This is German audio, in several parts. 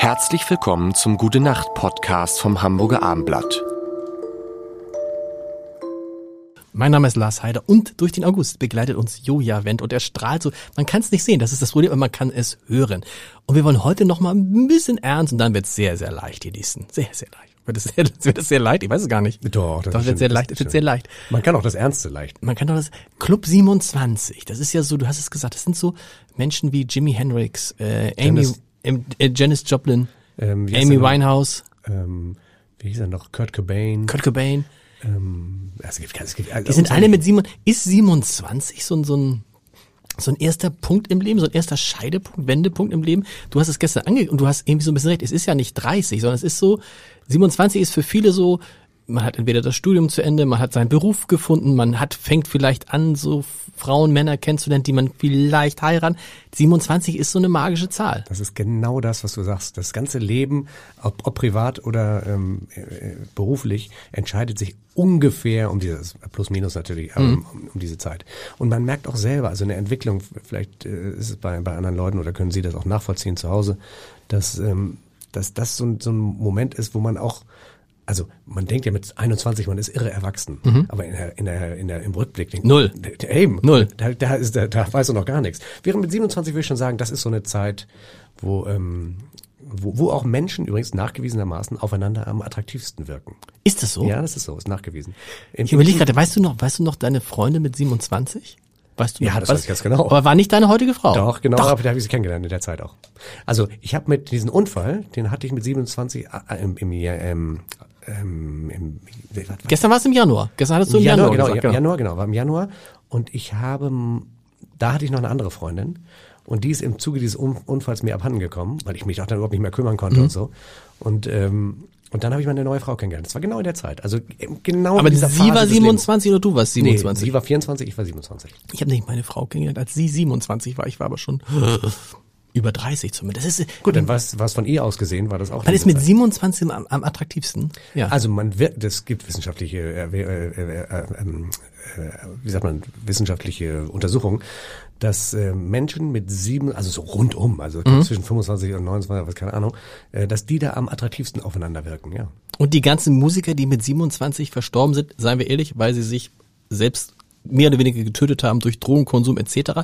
Herzlich willkommen zum Gute-Nacht-Podcast vom Hamburger Abendblatt. Mein Name ist Lars Heider und durch den August begleitet uns Joja Wendt und er strahlt so. Man kann es nicht sehen, das ist das Problem, aber man kann es hören. Und wir wollen heute noch mal ein bisschen ernst und dann wird es sehr, sehr leicht, die nächsten. Sehr, sehr leicht. Wird es sehr leicht? Ich weiß es gar nicht. Doch, das wird sehr leicht. Es wird sehr leicht. Man kann auch das Ernste leicht. Man kann doch das Club 27. Das ist ja so, du hast es gesagt, das sind so Menschen wie Jimi Hendrix, Janis Joplin, Amy Winehouse. Wie hieß er noch? Kurt Cobain. Die sind alle mit 7. Ist 27 so ein erster Punkt im Leben, so ein erster Scheidepunkt, Wendepunkt im Leben? Du hast es gestern angeguckt und du hast irgendwie so ein bisschen recht. Es ist ja nicht 30, sondern es ist so, 27 ist für viele so, man hat entweder das Studium zu Ende, man hat seinen Beruf gefunden, fängt vielleicht an, so Frauen, Männer kennenzulernen, die man vielleicht heiraten. 27 ist so eine magische Zahl. Das ist genau das, was du sagst. Das ganze Leben, ob privat oder beruflich, entscheidet sich ungefähr um dieses, plus minus natürlich, um diese Zeit. Und man merkt auch selber, also in der Entwicklung, vielleicht ist es bei anderen Leuten oder können Sie das auch nachvollziehen zu Hause, dass das so ein Moment ist, wo man auch, also man denkt ja mit 21, man ist irre erwachsen, aber im Rückblick denkt Null. Eben, Null. Da weißt du noch gar nichts. Während mit 27 würde ich schon sagen, das ist so eine Zeit, wo auch Menschen übrigens nachgewiesenermaßen aufeinander am attraktivsten wirken. Ist das so? Ja, das ist so, ist nachgewiesen. Ich überlege gerade, weißt du noch deine Freunde mit 27? Weißt du noch? Ja, das weiß ich ganz genau. Aber war nicht deine heutige Frau? Doch, genau, aber da habe ich sie kennengelernt in der Zeit auch. Also ich habe mit diesem Unfall, den hatte ich mit 27 Gestern war es im Januar. Gestern hattest du im Januar gesagt. War im Januar. Und da hatte ich noch eine andere Freundin. Und die ist im Zuge dieses Unfalls mir abhanden gekommen, weil ich mich auch dann überhaupt nicht mehr kümmern konnte und so. Und dann habe ich meine neue Frau kennengelernt. Das war genau in der Zeit. Also genau. Aber in dieser sie Phase war 27 oder du warst 27? Nee, sie war 24, ich war 27. Ich habe nicht meine Frau kennengelernt, als sie 27 war. Ich war aber schon über 30 zumindest. Das ist, gut, dann was von ihr aus gesehen war das auch. Man ist mit 27 am attraktivsten. Ja. Also es gibt wissenschaftliche, wissenschaftliche Untersuchungen, dass Menschen mit 7, also so rundum, also zwischen 25 und 29, keine Ahnung, dass die da am attraktivsten aufeinander wirken, ja. Und die ganzen Musiker, die mit 27 verstorben sind, seien wir ehrlich, weil sie sich selbst mehr oder weniger getötet haben durch Drogenkonsum etc.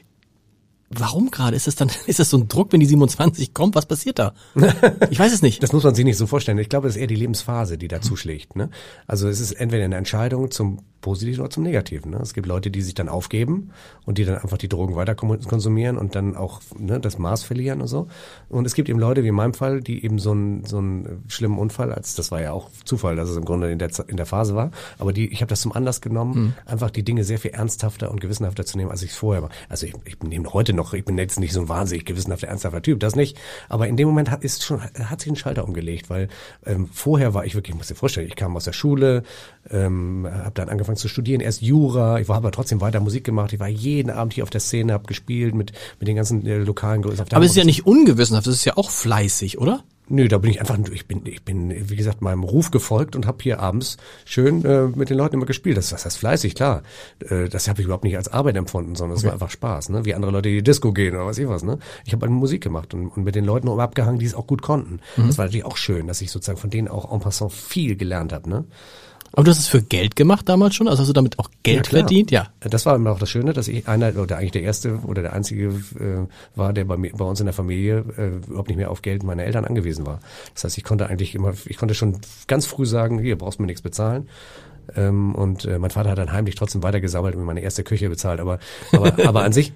Warum gerade? Ist das so ein Druck, wenn die 27 kommt? Was passiert da? Ich weiß es nicht. Das muss man sich nicht so vorstellen. Ich glaube, es ist eher die Lebensphase, die da zuschlägt, ne? Also es ist entweder eine Entscheidung zum Positiven oder zum Negativen, ne? Es gibt Leute, die sich dann aufgeben und die dann einfach die Drogen weiter konsumieren und dann auch das Maß verlieren und so. Und es gibt eben Leute, wie in meinem Fall, die eben so einen schlimmen Unfall, das war ja auch Zufall, dass es im Grunde in der Phase war, aber ich habe das zum Anlass genommen, einfach die Dinge sehr viel ernsthafter und gewissenhafter zu nehmen, als ich es vorher war. Also ich nehme heute noch, ich bin jetzt nicht so ein wahnsinnig gewissenhafter, ernsthafter Typ, das nicht. Aber in dem Moment hat sich ein Schalter umgelegt, weil vorher war ich wirklich, ich muss dir vorstellen, ich kam aus der Schule, habe dann angefangen zu studieren, erst Jura, ich habe aber trotzdem weiter Musik gemacht, ich war jeden Abend hier auf der Szene, habe gespielt mit den ganzen lokalen Größen. Aber es ist ja nicht ungewissenhaft, das ist ja auch fleißig, oder? Nö, da bin ich einfach, ich bin, wie gesagt, meinem Ruf gefolgt und habe hier abends schön mit den Leuten immer gespielt. Das heißt fleißig, klar. Das habe ich überhaupt nicht als Arbeit empfunden, sondern es war einfach Spaß, ne? Wie andere Leute, die in die Disco gehen oder weiß ich was, ne? Ich habe Musik gemacht und mit den Leuten abgehangen, die es auch gut konnten. Das war natürlich auch schön, dass ich sozusagen von denen auch en passant viel gelernt habe, ne? Aber du hast es für Geld gemacht damals schon? Also hast du damit auch Geld verdient? Ja. Das war immer auch das Schöne, dass ich eigentlich der erste oder der einzige war, der bei uns in der Familie überhaupt nicht mehr auf Geld meiner Eltern angewiesen war. Das heißt, ich konnte schon ganz früh sagen, hier brauchst du mir nichts bezahlen. Und mein Vater hat dann heimlich trotzdem weitergesammelt und mir meine erste Küche bezahlt. Aber an sich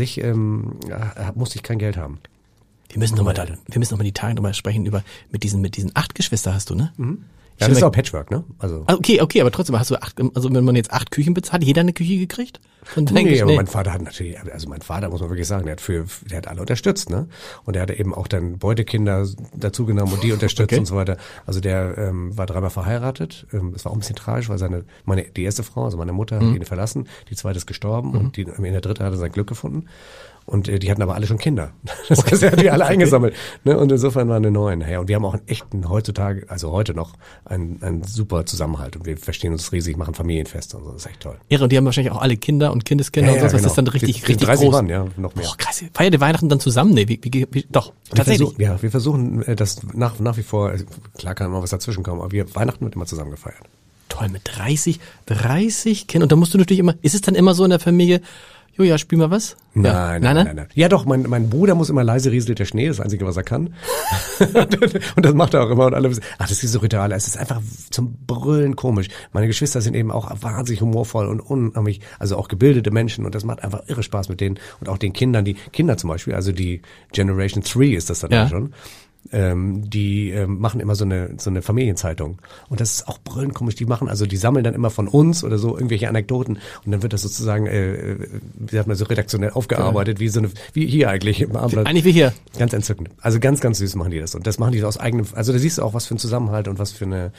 musste ich kein Geld haben. Wir müssen nochmal die Tage nochmal sprechen mit diesen 8 Geschwister hast du, ne? Ja, das ist auch Patchwork, ne? Also. Okay, aber trotzdem hast du wenn man jetzt 8 Küchen bezahlt, hat jeder eine Küche gekriegt? Aber mein Vater hat natürlich, mein Vater muss man wirklich sagen, der hat alle unterstützt, ne? Und er hat eben auch dann Beutekinder dazugenommen und die unterstützt und so weiter. Also der war 3-mal verheiratet. Es war auch ein bisschen tragisch, weil die erste Frau, also meine Mutter, hat ihn verlassen, die zweite ist gestorben und in der dritte hat er sein Glück gefunden. Und die hatten aber alle schon Kinder. Das heißt, er hat die alle eingesammelt. Ne? Und insofern waren eine neuen. Ja, und wir haben auch heute noch einen super Zusammenhalt. Und wir verstehen uns riesig, machen Familienfeste und so. Das ist echt toll. Ja, und die haben wahrscheinlich auch alle Kinder Kinder und Kindeskinder und sonst was, das ist dann richtig 30 groß. Mann, ja, noch mehr. Boah, krass. Feiert ihr Weihnachten dann zusammen? Nee, doch, tatsächlich. Wir versuchen das nach wie vor, klar kann immer was dazwischen kommen, aber Weihnachten wird immer zusammen gefeiert. Toll, mit 30 Kindern. Und da musst du natürlich immer, ist es dann immer so in der Familie, Julia, spiel mal was? Nein. Ja doch, mein Bruder muss immer leise rieselt der Schnee, das Einzige, was er kann. Und das macht er auch immer. Und alle wissen, das ist so Rituale. Es ist einfach zum Brüllen komisch. Meine Geschwister sind eben auch wahnsinnig humorvoll und unheimlich, also auch gebildete Menschen. Und das macht einfach irre Spaß mit denen. Und auch den Kindern, die Kinder zum Beispiel, also die Generation 3 ist das dann schon. Die machen immer so eine Familienzeitung. Und das ist auch brüllend komisch. Die sammeln dann immer von uns oder so irgendwelche Anekdoten und dann wird das sozusagen, wie sagt man, so redaktionell aufgearbeitet, wie hier eigentlich im Abendblatt. Eigentlich wie hier. Ganz entzückend. Also ganz, ganz süß machen die das. Und das machen die aus eigenem, also da siehst du auch, was für ein Zusammenhalt und was für eine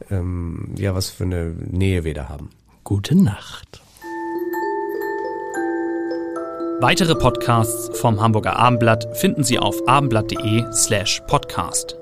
Nähe wir da haben. Gute Nacht. Weitere Podcasts vom Hamburger Abendblatt finden Sie auf abendblatt.de/podcast.